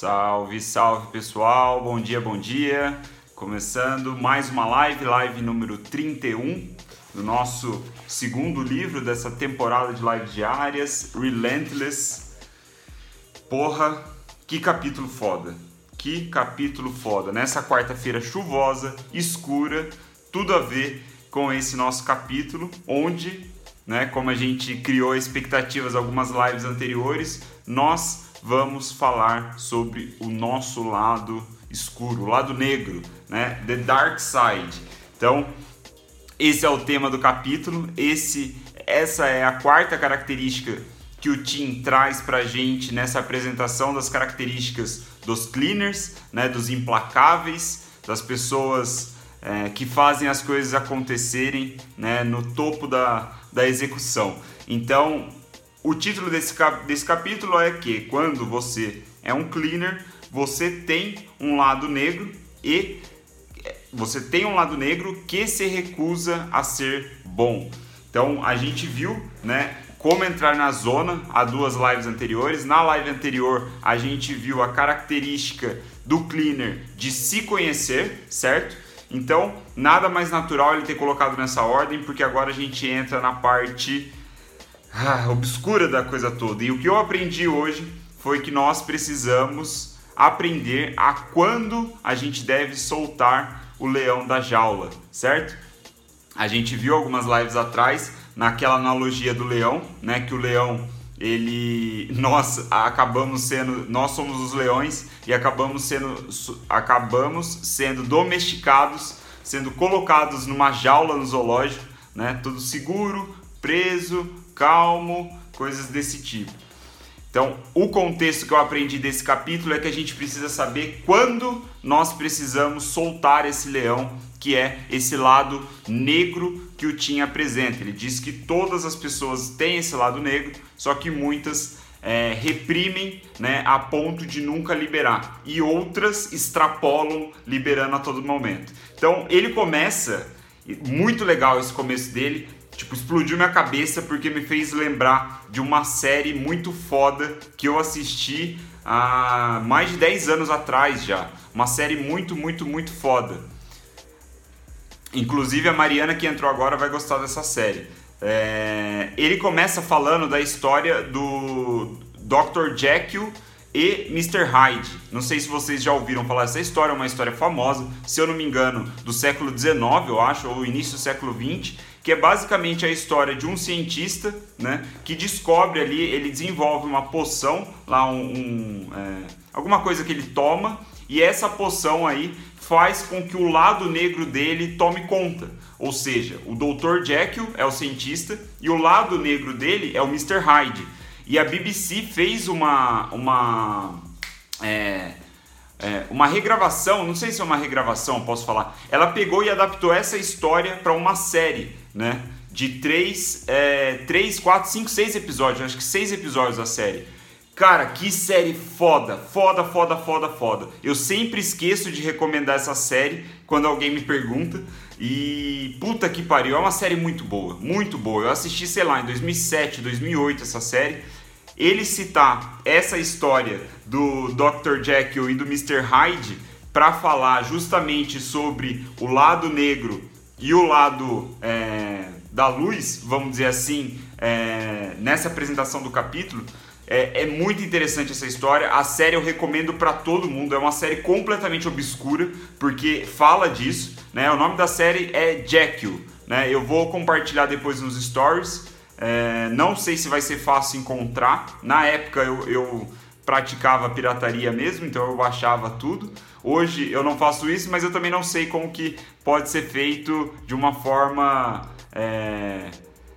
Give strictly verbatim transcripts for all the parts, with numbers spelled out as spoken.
Salve, salve pessoal, bom dia, bom dia. Começando mais uma live, live número trinta e um do nosso segundo livro dessa temporada de lives diárias, Relentless. Porra, que capítulo foda, que capítulo foda. Nessa quarta-feira chuvosa, escura, tudo a ver com esse nosso capítulo, onde, né, como a gente criou expectativas em algumas lives anteriores, nós vamos falar sobre o nosso lado escuro, o lado negro, né? The Dark Side. Então, esse é o tema do capítulo. Esse, essa é a quarta característica que o Tim traz pra gente nessa apresentação das características dos cleaners, né? Dos implacáveis, das pessoas é, que fazem as coisas acontecerem, né? No topo da, da execução. Então, o título desse, cap- desse capítulo é que quando você é um cleaner, você tem um lado negro e você tem um lado negro que se recusa a ser bom. Então a gente viu, né, como entrar na zona há duas lives anteriores. Na live anterior a gente viu a característica do cleaner de se conhecer, certo? Então nada mais natural ele ter colocado nessa ordem, porque agora a gente entra na parte Ah, obscura da coisa toda. E o que eu aprendi hoje foi que nós precisamos aprender a quando a gente deve soltar o leão da jaula, certo? A gente viu algumas lives atrás naquela analogia do leão, né? Que o leão, ele, nós acabamos sendo, nós somos os leões e acabamos sendo, acabamos sendo domesticados, sendo colocados numa jaula no zoológico, né? Tudo seguro, preso, calmo, coisas desse tipo. Então, o contexto que eu aprendi desse capítulo é que a gente precisa saber quando nós precisamos soltar esse leão, que é esse lado negro que o Tim apresenta. Ele diz que todas as pessoas têm esse lado negro, só que muitas é, reprimem, né, a ponto de nunca liberar, e outras extrapolam, liberando a todo momento. Então, ele começa, muito legal esse começo dele, tipo, explodiu minha cabeça porque me fez lembrar de uma série muito foda que eu assisti há mais de dez anos atrás já. Uma série muito, muito, muito foda. Inclusive a Mariana que entrou agora vai gostar dessa série. É... Ele começa falando da história do doutor Jekyll e mister Hyde. Não sei se vocês já ouviram falar dessa história, é uma história famosa, se eu não me engano, do século dezenove, eu acho, ou início do século vinte, que é basicamente a história de um cientista, né, que descobre ali, ele desenvolve uma poção, lá um, um, é, alguma coisa que ele toma, e essa poção aí faz com que o lado negro dele tome conta. Ou seja, o doutor Jekyll é o cientista e o lado negro dele é o mister Hyde. E a B B C fez uma, uma, é, é, uma regravação, não sei se é uma regravação, posso falar. Ela pegou e adaptou essa história para uma série, né, de três, quatro, cinco, seis episódios, acho que seis episódios da série. Cara, que série foda, foda, foda, foda, foda. Eu sempre esqueço de recomendar essa série quando alguém me pergunta. E puta que pariu, é uma série muito boa, muito boa. Eu assisti, sei lá, em dois mil e sete, dois mil e oito essa série. Ele citar essa história do doutor Jekyll e do mister Hyde para falar justamente sobre o lado negro e o lado é, da luz, vamos dizer assim, é, nessa apresentação do capítulo. É, é muito interessante essa história. A série eu recomendo para todo mundo. É uma série completamente obscura porque fala disso, né? O nome da série é Jekyll, né? Eu vou compartilhar depois nos stories. É, não sei se vai ser fácil encontrar. Na época eu, eu praticava pirataria mesmo, então eu baixava tudo. Hoje eu não faço isso, mas eu também não sei como que pode ser feito de uma forma é,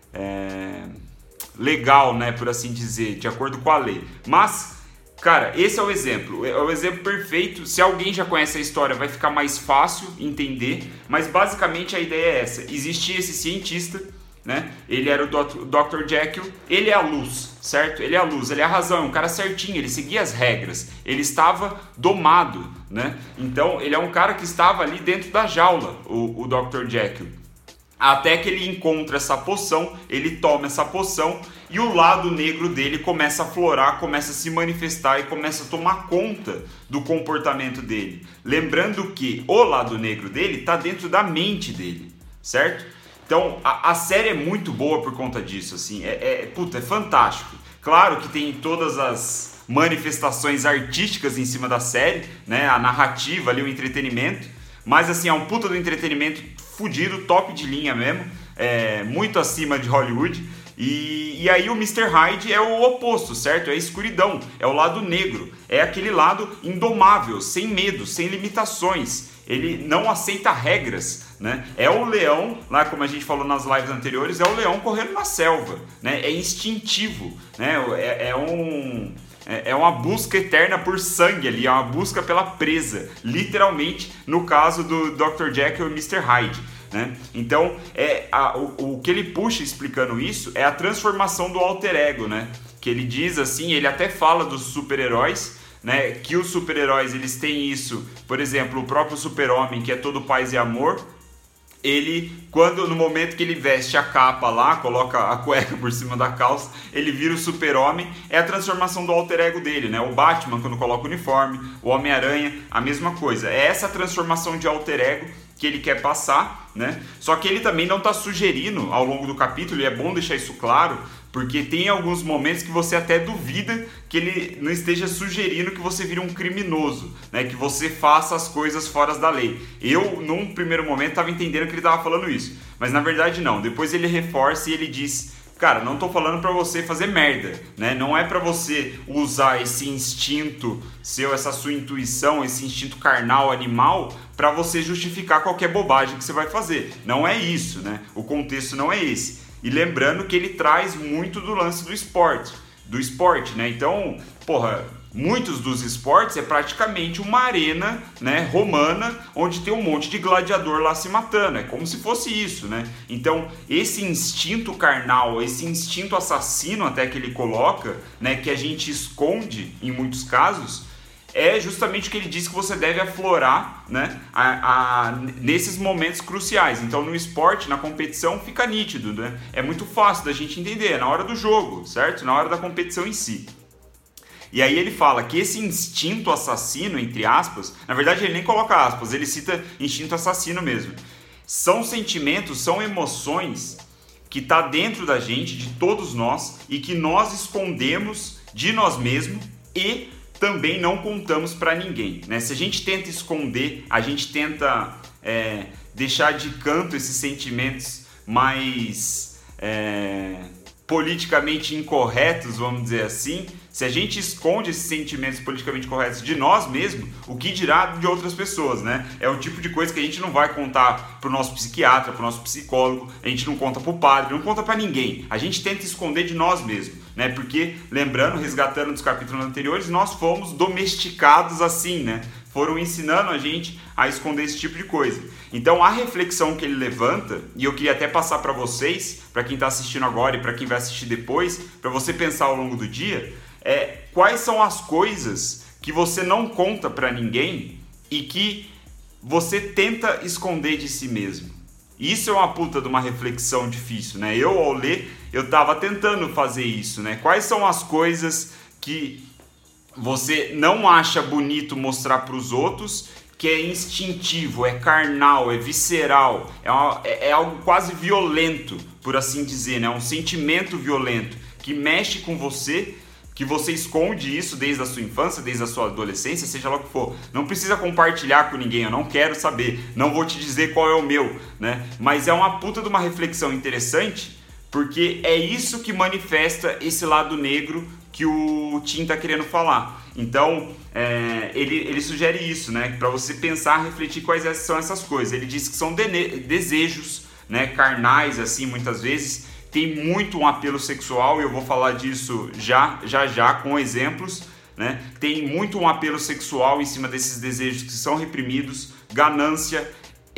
é, legal, né, por assim dizer, de acordo com a lei. Mas, cara, esse é o exemplo, é o exemplo perfeito. Se alguém já conhece a história, vai ficar mais fácil entender, mas basicamente a ideia é essa. Existia esse cientista, né? Ele era o doutor Jekyll, ele é a luz, certo? Ele é a luz, ele é a razão, é um cara certinho, ele seguia as regras, ele estava domado, né? Então ele é um cara que estava ali dentro da jaula, o, o doutor Jekyll. até que ele encontra essa poção, ele toma essa poção e o lado negro dele começa a florar, começa a se manifestar e começa a tomar conta do comportamento dele. Lembrando que o lado negro dele está dentro da mente dele, certo? Então a, a série é muito boa por conta disso, assim, é, é, puta, é fantástico. Claro que tem todas as manifestações artísticas em cima da série, né? A narrativa ali, o entretenimento, mas assim, é um puta do entretenimento fudido, top de linha mesmo, é, muito acima de Hollywood. E, e aí o mister Hyde é o oposto, certo? É a escuridão, é o lado negro, é aquele lado indomável, sem medo, sem limitações. Ele não aceita regras, né? É o leão, lá como a gente falou nas lives anteriores, é o leão correndo na selva, né? É instintivo, né? É, é um... É uma busca eterna por sangue ali, é uma busca pela presa, literalmente, no caso do doutor Jekyll e mister Hyde, né? Então, é, a, o, o que ele puxa explicando isso é a transformação do alter ego, né? Que ele diz assim, ele até fala dos super-heróis, né? Que os super-heróis eles têm isso, por exemplo, o próprio super-homem, que é todo paz e amor, ele, quando no momento que ele veste a capa lá, coloca a cueca por cima da calça, ele vira o super-homem, é a transformação do alter ego dele, né? O Batman, quando coloca o uniforme, o Homem-Aranha, a mesma coisa. É essa transformação de alter ego que ele quer passar, né? Só que ele também não está sugerindo ao longo do capítulo, e é bom deixar isso claro, porque tem alguns momentos que você até duvida que ele não esteja sugerindo que você vire um criminoso, né? Que você faça as coisas fora da lei. Eu, num primeiro momento, estava entendendo que ele estava falando isso, mas na verdade não. Depois ele reforça e ele diz: cara, não tô falando pra você fazer merda, né? Não é pra você usar esse instinto seu, essa sua intuição, esse instinto carnal, animal, pra você justificar qualquer bobagem que você vai fazer. Não é isso, né? O contexto não é esse. E lembrando que ele traz muito do lance do esporte, do esporte, né? Então, porra, muitos dos esportes é praticamente uma arena, né, romana, onde tem um monte de gladiador lá se matando, é como se fosse isso, né? Então, esse instinto carnal, esse instinto assassino até que ele coloca, né, que a gente esconde em muitos casos, é justamente o que ele diz que você deve aflorar, né, a, a, nesses momentos cruciais. Então, no esporte, na competição, fica nítido, né? É muito fácil da gente entender, é na hora do jogo, certo? Na hora da competição em si. E aí ele fala que esse instinto assassino, entre aspas, na verdade ele nem coloca aspas, ele cita instinto assassino mesmo. São sentimentos, são emoções que tá dentro da gente, de todos nós, e que nós escondemos de nós mesmos e também não contamos para ninguém, né? Se a gente tenta esconder, a gente tenta é, deixar de canto esses sentimentos mais é, politicamente incorretos, vamos dizer assim. Se a gente esconde esses sentimentos politicamente corretos de nós mesmos, o que dirá de outras pessoas, né? É o tipo de coisa que a gente não vai contar pro nosso psiquiatra, pro nosso psicólogo, a gente não conta pro padre, não conta para ninguém. A gente tenta esconder de nós mesmos, né? Porque, lembrando, resgatando dos capítulos anteriores, nós fomos domesticados assim, né? Foram ensinando a gente a esconder esse tipo de coisa. Então, a reflexão que ele levanta, e eu queria até passar para vocês, para quem está assistindo agora e para quem vai assistir depois, para você pensar ao longo do dia, é quais são as coisas que você não conta para ninguém e que você tenta esconder de si mesmo. Isso é uma puta de uma reflexão difícil, né? Eu, ao ler, eu tava tentando fazer isso, né? Quais são as coisas que você não acha bonito mostrar para os outros, que é instintivo, é carnal, é visceral, é, uma, é, é algo quase violento, por assim dizer, né? Um sentimento violento que mexe com você, que você esconde isso desde a sua infância, desde a sua adolescência, seja lá o que for. Não precisa compartilhar com ninguém, eu não quero saber, não vou te dizer qual é o meu, né? Mas é uma puta de uma reflexão interessante, porque é isso que manifesta esse lado negro que o Tim tá querendo falar. Então, é, ele, ele sugere isso, né? Para você pensar, refletir quais são essas coisas. Ele diz que são de- desejos, né, carnais, assim, muitas vezes. Tem muito um apelo sexual, e eu vou falar disso já, já, já, com exemplos, né? Tem muito um apelo sexual em cima desses desejos que são reprimidos, ganância,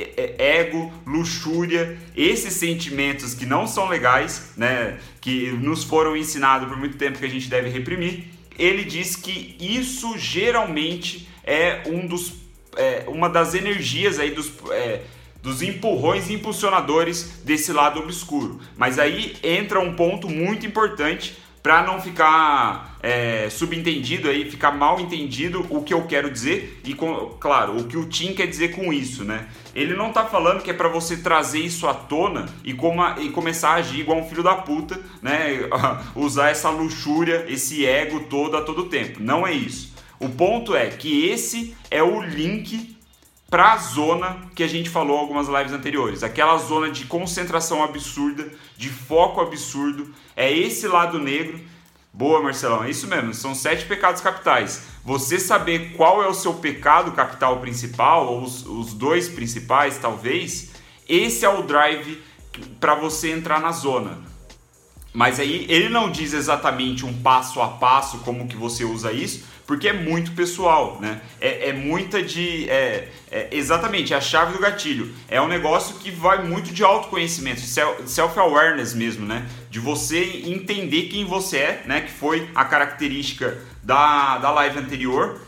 ego, luxúria, esses sentimentos que não são legais, né? Que nos foram ensinados por muito tempo que a gente deve reprimir. Ele diz que isso geralmente é, um dos, é uma das energias aí dos... É, dos empurrões e impulsionadores desse lado obscuro. Mas aí entra um ponto muito importante para não ficar é, subentendido aí, ficar mal entendido o que eu quero dizer e, com, claro, o que o Tim quer dizer com isso, né? Ele não tá falando que é para você trazer isso à tona e, coma, e começar a agir igual um filho da puta, né? Usar essa luxúria, esse ego todo a todo tempo. Não é isso. O ponto é que esse é o link para a zona que a gente falou em algumas lives anteriores, aquela zona de concentração absurda, de foco absurdo, é esse lado negro. Boa, Marcelão, é isso mesmo, são sete pecados capitais. Você saber qual é o seu pecado capital principal, ou os, os dois principais talvez, esse é o drive para você entrar na zona. Mas aí ele não diz exatamente um passo a passo como que você usa isso, porque é muito pessoal, né? É, é muita de... É, é, exatamente, é a chave do gatilho. É um negócio que vai muito de autoconhecimento, de self-awareness mesmo, né? De você entender quem você é, né? Que foi a característica da, da live anterior.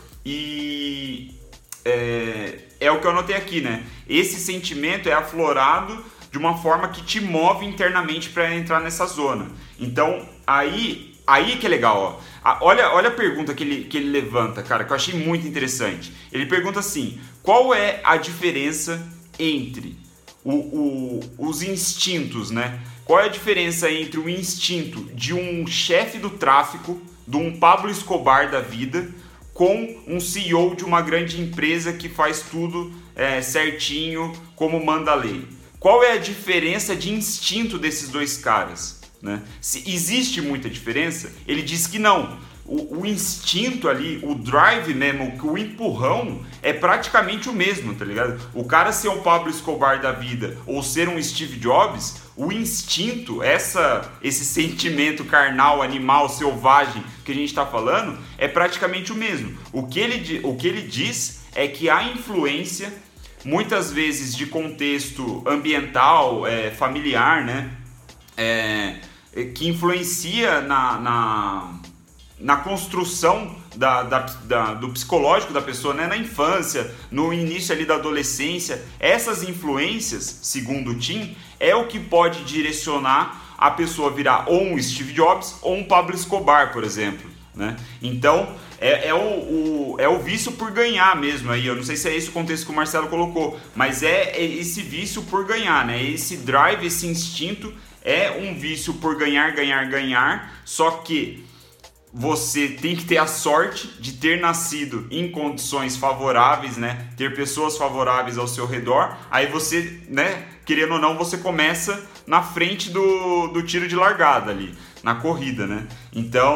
E é, é o que eu anotei aqui, né? Esse sentimento é aflorado de uma forma que te move internamente para entrar nessa zona. Então, aí, aí que é legal, ó. Olha, olha a pergunta que ele, que ele levanta, cara, que eu achei muito interessante. Ele pergunta assim, qual é a diferença entre o, o, os instintos, né? Qual é a diferença entre o instinto de um chefe do tráfico, de um Pablo Escobar da vida, com um C E O de uma grande empresa que faz tudo é, certinho, como manda a lei? Qual é a diferença de instinto desses dois caras? Né? Se existe muita diferença, ele diz que não. O, o instinto ali, o drive mesmo, o empurrão é praticamente o mesmo, tá ligado? O cara ser um Pablo Escobar da vida ou ser um Steve Jobs, o instinto, essa, esse sentimento carnal, animal, selvagem que a gente tá falando, é praticamente o mesmo. O que ele, o que ele diz é que a influência, muitas vezes de contexto ambiental, é, familiar, né? É, que influencia na, na, na construção da, da, da, do psicológico da pessoa, né? Na infância, no início ali da adolescência. Essas influências, segundo o Tim, é o que pode direcionar a pessoa a virar ou um Steve Jobs ou um Pablo Escobar, por exemplo, né? Então, é, é, o, o, é o vício por ganhar mesmo aí. Eu não sei se é esse o contexto que o Marcelo colocou, mas é, é esse vício por ganhar, né? Esse drive, esse instinto é um vício por ganhar, ganhar, ganhar, só que você tem que ter a sorte de ter nascido em condições favoráveis, né? Ter pessoas favoráveis ao seu redor. Aí você, né? Querendo ou não, você começa na frente do, do tiro de largada ali, na corrida, né? Então,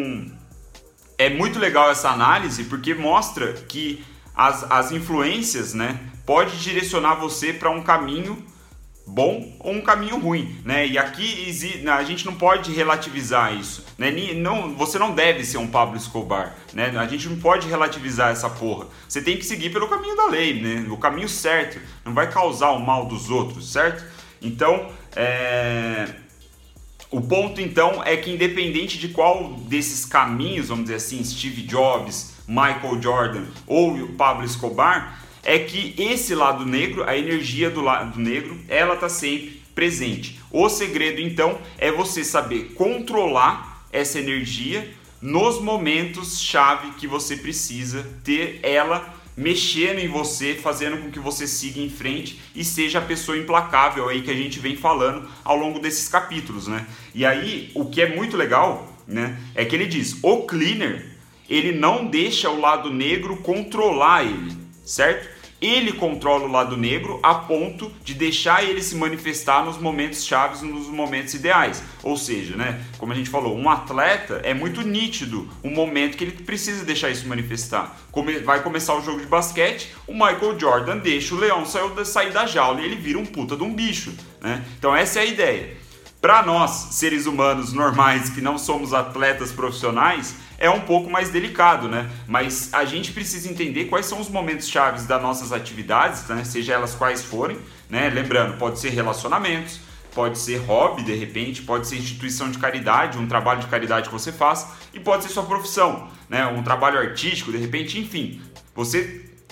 é muito legal essa análise porque mostra que as, as influências, né? Pode direcionar você para um caminho bom ou um caminho ruim, né? E aqui a gente não pode relativizar isso, né? Não, você não deve ser um Pablo Escobar, né? A gente não pode relativizar essa porra. Você tem que seguir pelo caminho da lei, né? O caminho certo, não vai causar o mal dos outros, certo? Então, é... o ponto então é que independente de qual desses caminhos, vamos dizer assim, Steve Jobs, Michael Jordan ou Pablo Escobar, é que esse lado negro, a energia do lado negro, ela está sempre presente. O segredo, então, é você saber controlar essa energia nos momentos-chave que você precisa ter ela mexendo em você, fazendo com que você siga em frente e seja a pessoa implacável aí que a gente vem falando ao longo desses capítulos, né? E aí, o que é muito legal, né, é que ele diz, o cleaner, ele não deixa o lado negro controlar ele, certo? Ele controla o lado negro a ponto de deixar ele se manifestar nos momentos chaves, nos momentos ideais. Ou seja, né, como a gente falou, um atleta é muito nítido o momento que ele precisa deixar isso manifestar. Come, vai começar o jogo de basquete, o Michael Jordan deixa o leão sair da jaula e ele vira um puta de um bicho, né? Então essa é a ideia. Para nós, seres humanos normais que não somos atletas profissionais, é um pouco mais delicado, né? Mas a gente precisa entender quais são os momentos chaves das nossas atividades, né? Seja elas quais forem, né? Lembrando, pode ser relacionamentos, pode ser hobby, de repente, pode ser instituição de caridade, um trabalho de caridade que você faz, e pode ser sua profissão, né? Um trabalho artístico, de repente, enfim. Você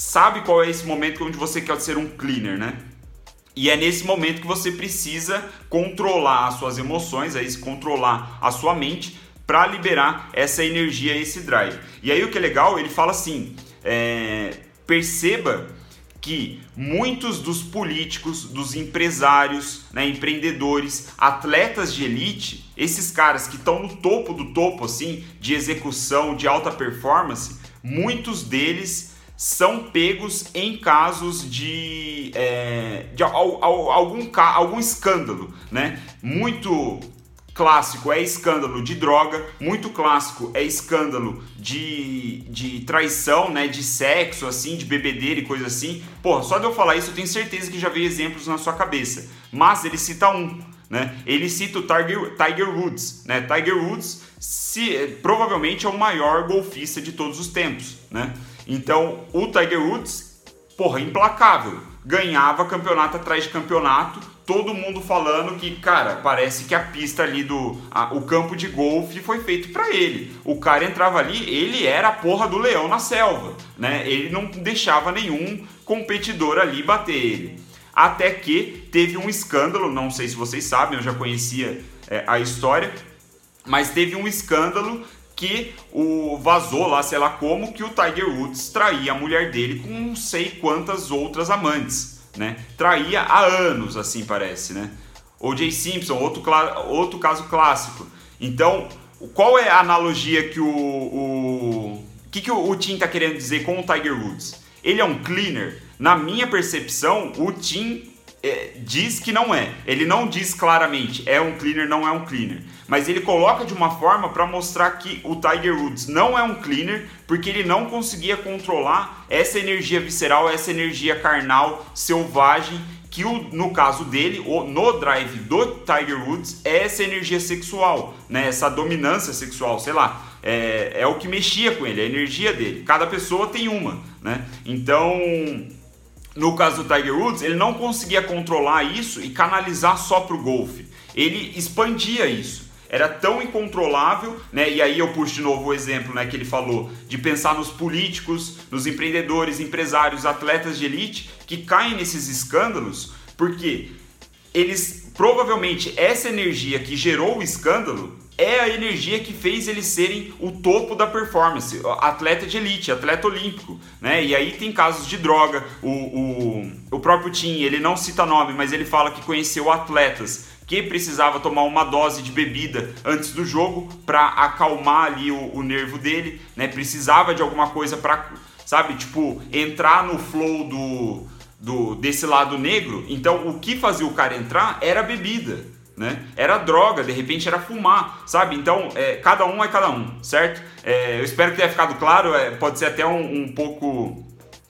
sabe qual é esse momento onde você quer ser um cleaner, né? E é nesse momento que você precisa controlar as suas emoções, aí, controlar a sua mente para liberar essa energia, esse drive. E aí o que é legal, ele fala assim, é, perceba que muitos dos políticos, dos empresários, né, empreendedores, atletas de elite, esses caras que estão no topo do topo assim, de execução, de alta performance, muitos deles são pegos em casos de, é, de al, al, algum, algum escândalo, né? Muito clássico é escândalo de droga, muito clássico é escândalo de, de traição, né? De sexo, assim, de bebedeira e coisa assim. Porra, só de eu falar isso eu tenho certeza que já veio exemplos na sua cabeça. Mas ele cita um, né? Ele cita o Tiger, Tiger Woods, né? Tiger Woods se, provavelmente é o maior golfista de todos os tempos, né? Então, o Tiger Woods, porra, implacável, ganhava campeonato atrás de campeonato, todo mundo falando que, cara, parece que a pista ali do, a, o campo de golfe foi feito para ele. O cara entrava ali, ele era a porra do leão na selva, né? Ele não deixava nenhum competidor ali bater ele. Até que teve um escândalo, não sei se vocês sabem, eu já conhecia é, a história, mas teve um escândalo que o vazou lá, sei lá como, que o Tiger Woods traía a mulher dele com não sei quantas outras amantes, né? Traía há anos, assim parece, né? O J. Simpson, outro, outro caso clássico. Então, qual é a analogia que o... O que, que o, o Tim tá querendo dizer com o Tiger Woods? Ele é um cleaner? Na minha percepção, o Tim é, diz que não é. Ele não diz claramente, é um cleaner, não é um cleaner. Mas ele coloca de uma forma para mostrar que o Tiger Woods não é um cleaner, porque ele não conseguia controlar essa energia visceral, essa energia carnal, selvagem, que o, no caso dele, o, no drive do Tiger Woods, é essa energia sexual, né? Essa dominância sexual, sei lá, é, é o que mexia com ele, a energia dele. Cada pessoa tem uma, né? Então, no caso do Tiger Woods, ele não conseguia controlar isso e canalizar só para o golfe. Ele expandia isso. Era tão incontrolável, né? E aí eu puxo de novo o exemplo, né, que ele falou de pensar nos políticos, nos empreendedores, empresários, atletas de elite que caem nesses escândalos, porque eles provavelmente essa energia que gerou o escândalo é a energia que fez eles serem o topo da performance, atleta de elite, atleta olímpico, né? E aí tem casos de droga, o, o, o próprio Tim, ele não cita nome, mas ele fala que conheceu atletas que precisava tomar uma dose de bebida antes do jogo para acalmar ali o, o nervo dele, né? Precisava de alguma coisa para, sabe, tipo, entrar no flow do, do, desse lado negro. Então, o que fazia o cara entrar era bebida, né? Era droga, de repente era fumar, sabe? Então, é, cada um é cada um, certo? É, eu espero que tenha ficado claro, é, pode ser até um, um pouco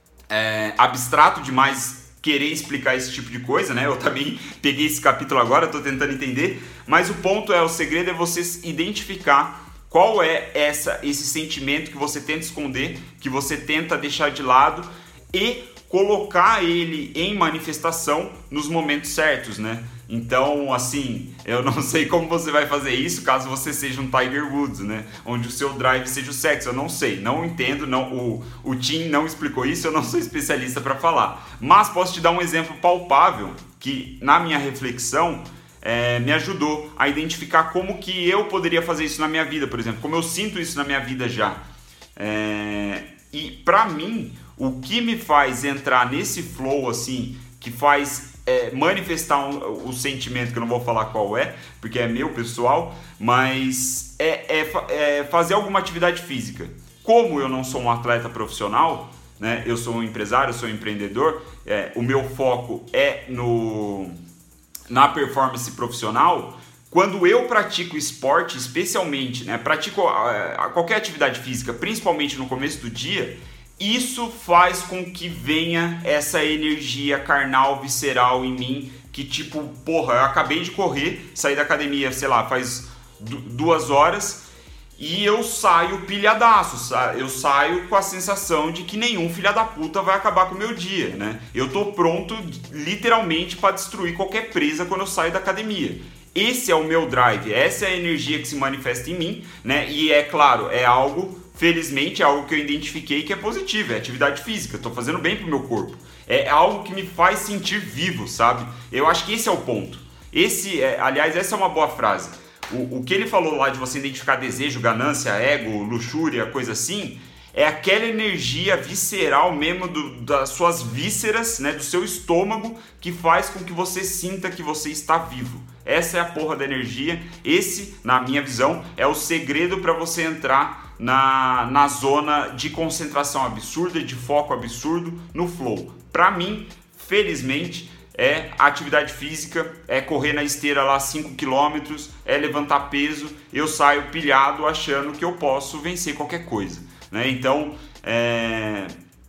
é, abstrato demais querer explicar esse tipo de coisa, né? Eu também peguei esse capítulo agora, estou tentando entender, mas o ponto é, o segredo é você identificar qual é essa, esse sentimento que você tenta esconder, que você tenta deixar de lado e colocar ele em manifestação nos momentos certos, né? Então, assim, eu não sei como você vai fazer isso caso você seja um Tiger Woods, né? Onde o seu drive seja o sexo, eu não sei, não entendo, não, o, o Tim não explicou isso, eu não sou especialista para falar. Mas posso te dar um exemplo palpável que, na minha reflexão, é, me ajudou a identificar como que eu poderia fazer isso na minha vida, por exemplo, como eu sinto isso na minha vida já. É, e, para mim, o que me faz entrar nesse flow, assim, que faz... É, manifestar um, o sentimento, que eu não vou falar qual é, porque é meu, pessoal, mas é, é, é fazer alguma atividade física. Como eu não sou um atleta profissional, né, eu sou um empresário, eu sou um empreendedor, é, o meu foco é no, na performance profissional. Quando eu pratico esporte, especialmente, né, pratico a, a qualquer atividade física, principalmente no começo do dia, isso faz com que venha essa energia carnal, visceral em mim, que tipo, porra, eu acabei de correr, saí da academia, sei lá, faz duas horas, e eu saio pilhadaço, eu saio com a sensação de que nenhum filho da puta vai acabar com o meu dia, né? Eu tô pronto, literalmente, para destruir qualquer presa quando eu saio da academia. esse é o meu drive, essa é a energia que se manifesta em mim, né? E é claro, é algo, felizmente, é algo que eu identifiquei que é positivo, é atividade física, estou fazendo bem pro meu corpo. É algo que me faz sentir vivo, sabe? Eu acho que esse é o ponto. Esse, é, aliás, essa é uma boa frase. O, o que ele falou lá de você identificar desejo, ganância, ego, luxúria, coisa assim, é aquela energia visceral mesmo do, das suas vísceras, né, do seu estômago, que faz com que você sinta que você está vivo. Essa é a porra da energia. Esse, na minha visão, é o segredo para você entrar na, na zona de concentração absurda, de foco absurdo, no flow. Para mim, felizmente, é atividade física, é correr na esteira lá cinco quilômetros, é levantar peso. Eu saio pilhado achando que eu posso vencer qualquer coisa, né? Então, é...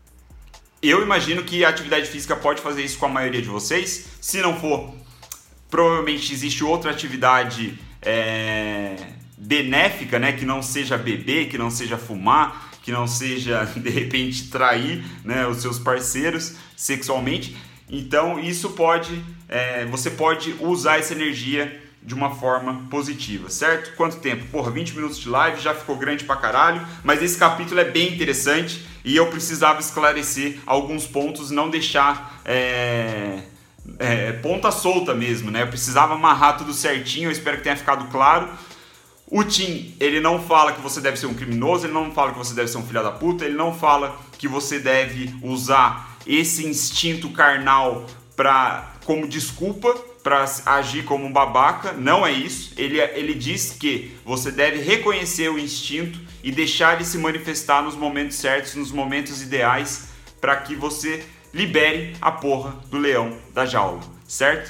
eu imagino que a atividade física pode fazer isso com a maioria de vocês. Se não for, provavelmente existe outra atividade é... benéfica, né? Que não seja beber, que não seja fumar, que não seja, de repente, trair, né, os seus parceiros sexualmente. Então, isso pode, é, você pode usar essa energia de uma forma positiva, certo? Quanto tempo? Porra, vinte minutos de live, já ficou grande pra caralho, mas esse capítulo é bem interessante e eu precisava esclarecer alguns pontos, não deixar é, é, ponta solta mesmo, né? Eu precisava amarrar tudo certinho, eu espero que tenha ficado claro. O Tim, ele não fala que você deve ser um criminoso, ele não fala que você deve ser um filho da puta, ele não fala que você deve usar esse instinto carnal pra, como desculpa para agir como um babaca. Não é isso. Ele, ele diz que você deve reconhecer o instinto e deixar ele se manifestar nos momentos certos, nos momentos ideais, para que você libere a porra do leão da jaula, certo?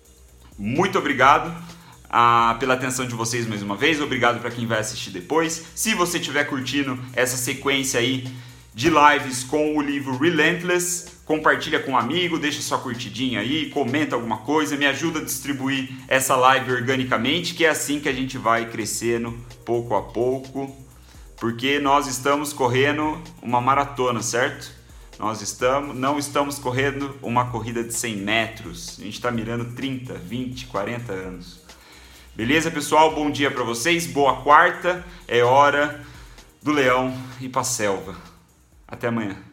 Muito obrigado. Ah, pela atenção de vocês mais uma vez, obrigado para quem vai assistir depois. Se você estiver curtindo essa sequência aí de lives com o livro Relentless, compartilha com um amigo, deixa sua curtidinha aí, comenta alguma coisa, me ajuda a distribuir essa live organicamente, que é assim que a gente vai crescendo pouco a pouco, porque nós estamos correndo uma maratona, certo? Nós estamos, não estamos correndo uma corrida de cem metros, a gente está mirando trinta, vinte, quarenta anos. Beleza, pessoal? Bom dia para vocês, boa quarta, é hora do leão ir pra selva. Até amanhã.